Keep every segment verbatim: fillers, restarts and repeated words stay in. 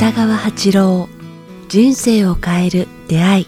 北川八郎、人生を変える出会い。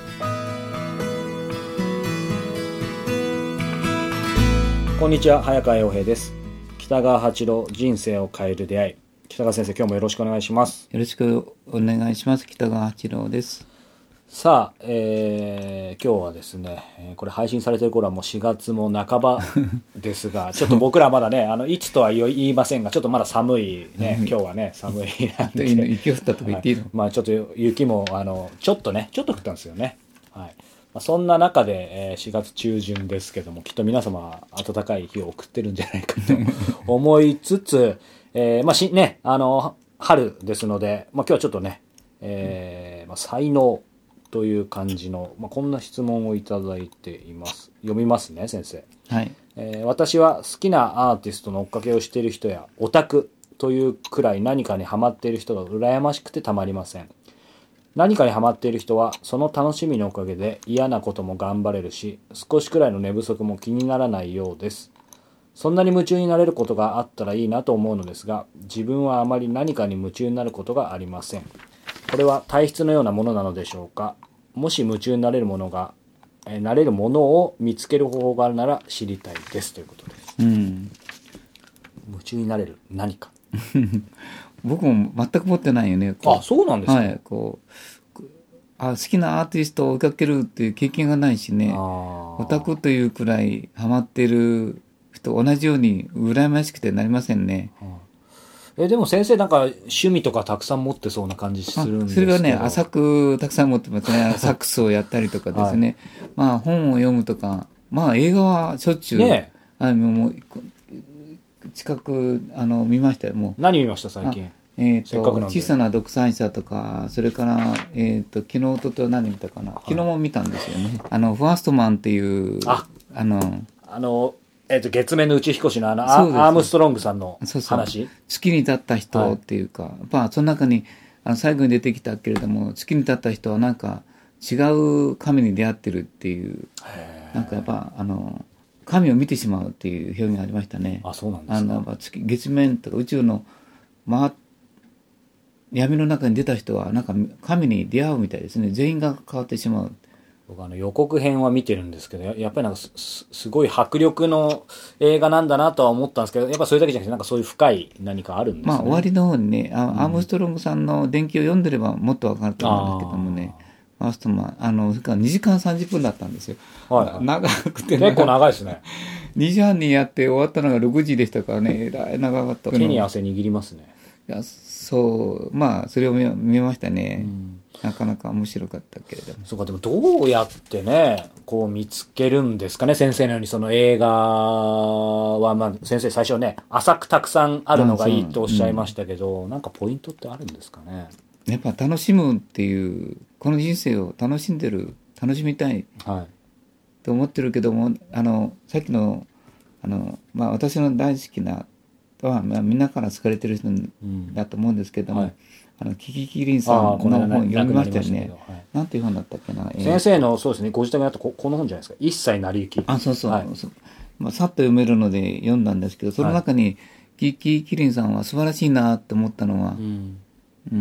こんにちは、早川洋平です。北川八郎、人生を変える出会い。北川先生、今日もよろしくお願いします。 よろしくお願いします。北川八郎です。 さあ、えー、今日はですね、これ配信されてる頃はもうしがつも半ばですがちょっと僕らまだね、あのいつとは言いませんが、ちょっとまだ寒いね、今日はね寒いなんで、 雪降ったとか言っていいの、 はい、まあちょっと雪もあのちょっとねちょっと降ったんですよね。はい、まあ、そんな中で、えー、しがつ中旬ですけども、きっと皆様は暖かい日を送ってるんじゃないかと思いつつ、えー、まあしねあの春ですので、まあ今日はちょっとね、えーまあ、才能という感じの、まあ、こんな質問をいただいています。読みますね、先生。 はい。 えー、私は好きなアーティストの追っかけをしている人やオタクというくらい何かにハマっている人が羨ましくてたまりません。何かにハマっている人はその楽しみのおかげで嫌なことも頑張れるし、少しくらいの寝不足も気にならないようです。そんなに夢中になれることがあったらいいなと思うのですが、自分はあまり何かに夢中になることがありません。これは体質のようなものなのでしょうか。もし夢中になれるものが、えー、なれるものを見つける方法があるなら知りたいですということです。 うん、 夢中になれる何か僕も全く持ってないよね。 あ、そうなんですか。 はい、こうあ好きなアーティストを追いかけるっていう経験がないしね、オタクというくらいハマってる人同じように羨ましくてなりませんね。 えでも先生なんか趣味とかたくさん持ってそうな感じするんですけど。 それはね、浅くたくさん持ってますね。サックスをやったりとかですね、はい、まあ本を読むとか、まあ映画はしょっちゅう、ね、あのもう近くあの見ましたよ。もう何見ました最近。 えー、と小さな独裁者とか、それから、えー、と昨日とと何見たかな、昨日も見たんですよね。あのファーストマンっていうああのあのえー、と月面の宇宙飛行士のあのアームストロングさんの話。そうそう月に立った人っていうか、はい、やっぱその中にあの最後に出てきたけれども、月に立った人はなんか違う神に出会ってるっていう、なんかやっぱあの神を見てしまうっていう表現がありましたね。 あ、そうなんですか。あの月月面とか宇宙の、まあ、闇の中に出た人はなんか神に出会うみたいですね。全員が変わってしまう。 僕あの予告編は見てるんですけど、やっぱりなんか す, すごい迫力の映画なんだなとは思ったんですけど、やっぱそれだけじゃなくてなんかそういう深い何かあるんですね。 まあ終わりの方にね、あ、うん、アームストロングさんの伝記を読んでればもっとわかると思うんですけどもね、ファーストマン、あのにじかんさんじゅっぷんだったんですよ。はいはい、長くて結構長いですね。 にじはんにやって終わったのがろくじでしたからね、えらい長かった。 手に汗握りますね。 いや、そう、まあそれを 見, 見ましたね。うん、なかなか面白かったけれども。 そうか、でもどうやってねこう見つけるんですかね、先生のように。その映画は、まあ、先生最初ね浅くたくさんあるのがいいとおっしゃいましたけど、うん、なんかポイントってあるんですかね。 やっぱ楽しむっていう、この人生を楽しんでる、楽しみたいと思ってるけども、あのさっきのあの、まあ、私の大好きなは、まあ、みんなから好かれてる人だと思うんですけども、うん、はい、あのキキキリンさんの本読みましたよね。はい、なんていう本だったっけな。 先生のそうですね、ご自宅にあった こ, この本じゃないですか。一切成り行き。 あ、そうそう、はい、そう、まあ、さっと読めるので読んだんですけど、その中に、はい、キキキリンさんは素晴らしいなと思ったのは、うんうん、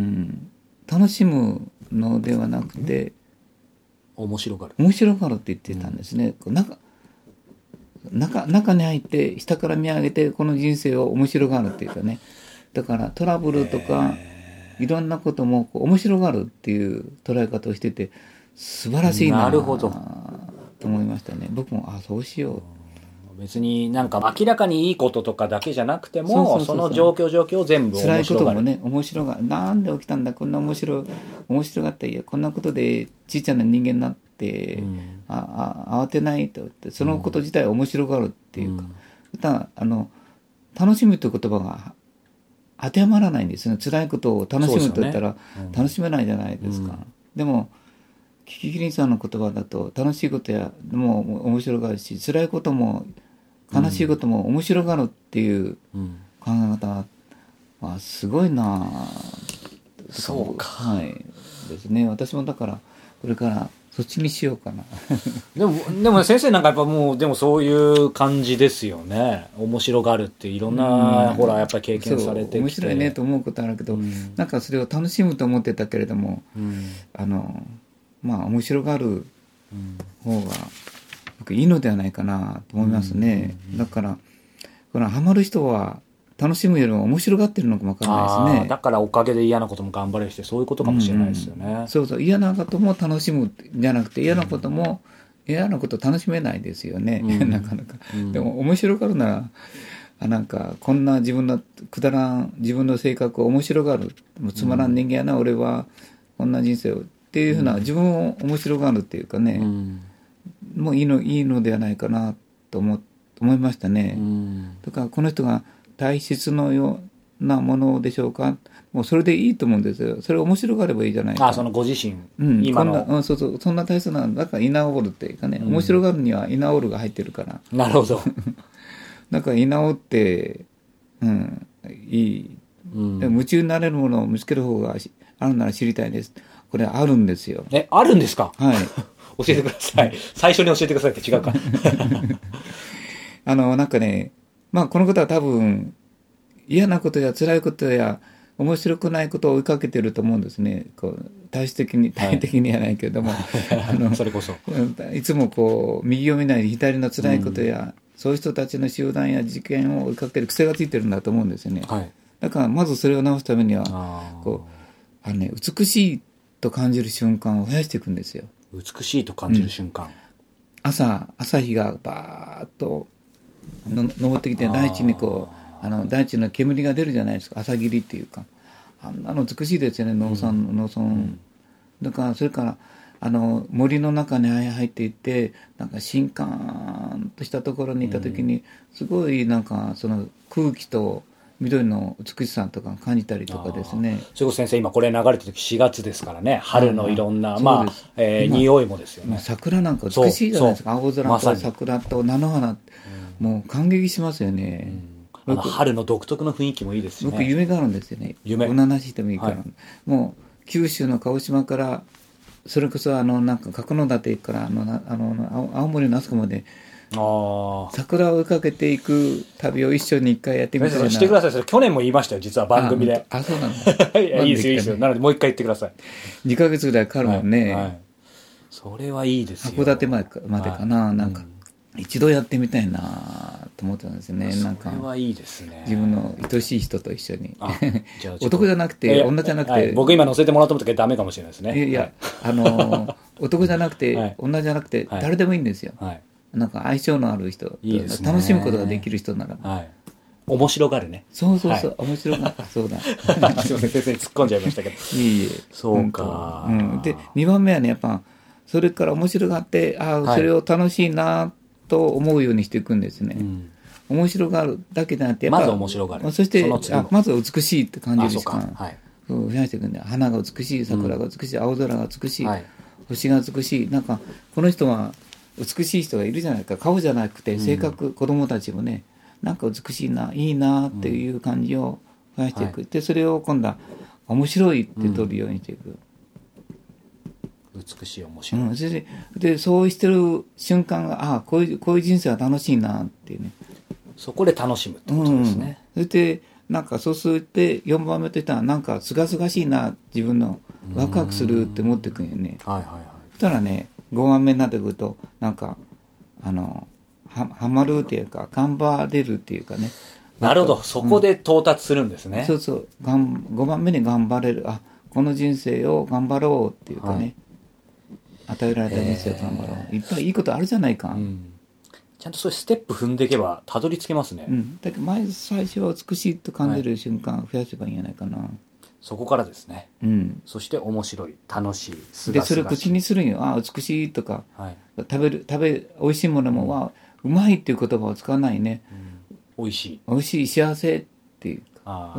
楽しむのではなくて、 うん、面白がる面白がるって言ってたんですね。うん、中中, 中に入って下から見上げてこの人生を面白がるっていうかね。だからトラブルとかいろんなこともこう面白がるっていう捉え方をしてて素晴らしいなと思いましたね。僕もあそうしよう。 別になんか明らかにいいこととかだけじゃなくても、その状況状況を全部面白がる。 辛いこともね面白がる。なんで起きたんだ、こんな面白い面白がった、いやこんなことでちっちゃな人間になって、うん、ああ慌てないとって、そのこと自体面白がるっていうか、うん、たあの楽しむという言葉が当てはまらないんですね。辛いことを楽しむと言ったら、ね、うん、楽しめないじゃないですか。うん、でもキキキリンさんの言葉だと楽しいことやも面白がるし、辛いことも悲しいことも面白がるっていう考え方はすごいな、 うん、そうか、 はいですね。私もだからこれからそっちにしようかなでもでも先生なんかやっぱもうでもそういう感じですよね。面白がるっていろんな、うん、ほらやっぱり経験されてきて、 面白いねと思うことあるけど、うん、なんかそれを楽しむと思ってたけれども、うん、あのまあ面白がる方が僕いいのではないかなと思いますね、うん、だからこのハマる人は楽しむよりも面白がってるのかもわからないですね。 だからおかげで嫌なことも頑張れるしてそういうことかもしれないですよね、うんうん、 そうそう嫌なことも楽しむじゃなくて嫌なことも、うん、嫌なこと楽しめないですよね、うん、なかなか、うん、でも面白がるならあなんかこんな自分のくだらん自分の性格を面白がるもうつまらん人間やな、うん、俺はこんな人生をっていうふうな、うん、自分を面白がるっていうかね、うん、もういいのいいのではないかなと思思いましたね、うん、だからこの人が体質のようなものでしょうか。もうそれでいいと思うんですよ。それ面白がればいいじゃないか。 あ、そのご自身、 うん、今のこんな、うん、そうそう、そんな体質なんだからイナオールっていうかね、うん、面白がるにはイナオールが入ってるから。 なるほど。 だからイナオールって、うん、いい、うん、夢中になれるものを見つける方があるなら知りたいです。これあるんですよ。 え、あるんですか。 はい。 教えてください。最初に教えてくださいって違うか。 あのなんかね。まあこのことは多分嫌なことや辛いことや面白くないことを追いかけてると思うんですね。こう体質的に体的にはないけれども、はい、あのそれこそいつもこう右を見ないで左の辛いことや、うん、そういう人たちの集団や事件を追いかける癖がついてるんだと思うんですよね、はい、だからまずそれを直すためにはこうあの、ね、美しいと感じる瞬間を増やしていくんですよ。 美しいと感じる瞬間、うん、 朝朝日がバーッとの登ってきて大地にこうあの大地の煙が出るじゃないですか。朝霧っていうかあんなの美しいですよね。農村、うん、農村、うん、だからそれからあの森の中に入っていってなんか深感としたところにいた時に、うん、すごいなんかその空気と緑の美しさとか感じたりとかですね。 それこそ先生今これ流れてる時しがつですからね。春のいろんな、まあ、えー、匂いもですよね。 桜なんか美しいじゃないですか。青空と桜と菜の花、うん、もう感激しますよね、 うん、あの春の独特の雰囲気もいいですしね。 僕夢があるんですよね。夢おななししてもいいから、はい、もう九州の鹿児島からそれこそあのなんか角館からあのあの青森のあそこまであ桜を追いかけていく旅を一緒に一回やってみたいな。 してください。それ去年も言いましたよ実は番組で。 あ, あそうなんだ。 いやいいですよいいですよ。なのでもう一回言ってください。 にかげつぐらいかかるもんね、はいはい、 それはいいですよ。 函館までまでかな、はい、なんか、うん、一度やってみたいなと思ってたんですよね。なんかそれはいいですね。 自分の愛しい人と一緒にじゃあ男じゃなくて女じゃなくて、はい、 僕今乗せてもらった時はダメかもしれないですね。 いやいや、はい、あの男じゃなくて、はい、女じゃなくて誰でもいいんですよ、はい、なんか相性のある人いいです、ね、楽しむことができる人なら、はい、 面白がるね。 そうそうそう、はい、面白がるそうだすいません先生に突っ込んじゃいましたけどいいえそうか、 うん、でにばんめはねやっぱそれから面白がってああそれを楽しいなと思うようにしていくんですね、うん面白がるだけじゃなくてやっぱまず面白がるそしてそあまずは美しいって感じるしか、 はい、 増やしていくんで花が美しい桜が美しい、うん、青空が美しい、はい、星が美しいなんかこの人は美しい人がいるじゃないか顔じゃなくて性格、うん、子供たちもねなんか美しいないいなっていう感じを増やしていく、うん、でそれを今度は面白いって取るようにしていく、 うん、美しい面白い、 うん、それで、でそうしてる瞬間がああこういうこういう人生は楽しいなっていうねそこで楽しむってことですね、 うん、それでなんかそうするってよんばんめとしたらなんかすがすがしいな自分のワクワクするって思ってくるよね、はいはいはい、そしたらねごばんめになってくるとなんかあの は, はまるっていうか頑張れるっていうかね。 なるほどそこで到達するんですね、 うん、そうそうがんごばんめに頑張れるあこの人生を頑張ろうっていうかね、はい、与えられた人生を頑張ろういっぱいいいことあるじゃないか、うんちゃんとそういうステップ踏んでいけばたどり着けますね、 うん、だけど前最初は美しいと感じる瞬間を増やせばいいんじゃないかな、はい、 そこからですね、うん、そして面白い楽しいすがすがしいでそれを口にするんよあ美しいとか、はい、食べる食べ美味しいものも、うん、はうまいっていう言葉を使わないね、 うん、美味しい美味しい幸せっていうかあ、うん、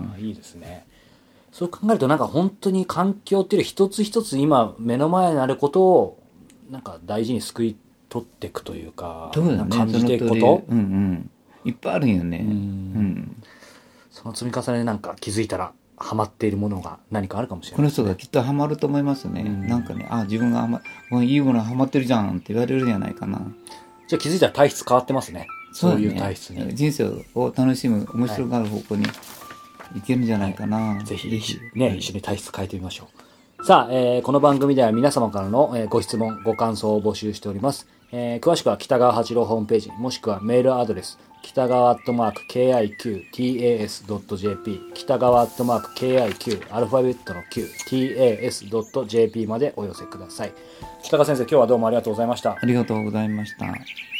いいですね。そう考えるとなんか本当に環境っていう一つ一つ今目の前にあることをなんか大事に救い取っていくというかそうだ、ね、 感じていくこと、 うんうん、いっぱいあるんよね、うん、うん、 その積み重ねなんか気づいたらハマっているものが何かあるかもしれこのないですね。 人がきっとハマると思いますね。 うんなんかね、あ、自分がハマ、もういいものハマってるじゃんって言われるんじゃないかな。 じゃあ気づいたら体質変わってますね。そういう体質に。 人生を楽しむ、面白がる方向にいけるんじゃないかな。 はい、ぜひ、ね、一緒に体質変えてみましょう。さあ、えー、この番組では皆様からの、えー、ご質問、ご感想を募集しております。えー、詳しくは北川八郎ホームページ、もしくはメールアドレス、北川アットマーク ケーアイキューティーエーエスドットジェーピー 北川アットマーク ケーアイキュー アルファベットの Q ティーエーエスドットジェーピー までお寄せください。北川先生、今日はどうもありがとうございました。 ありがとうございました。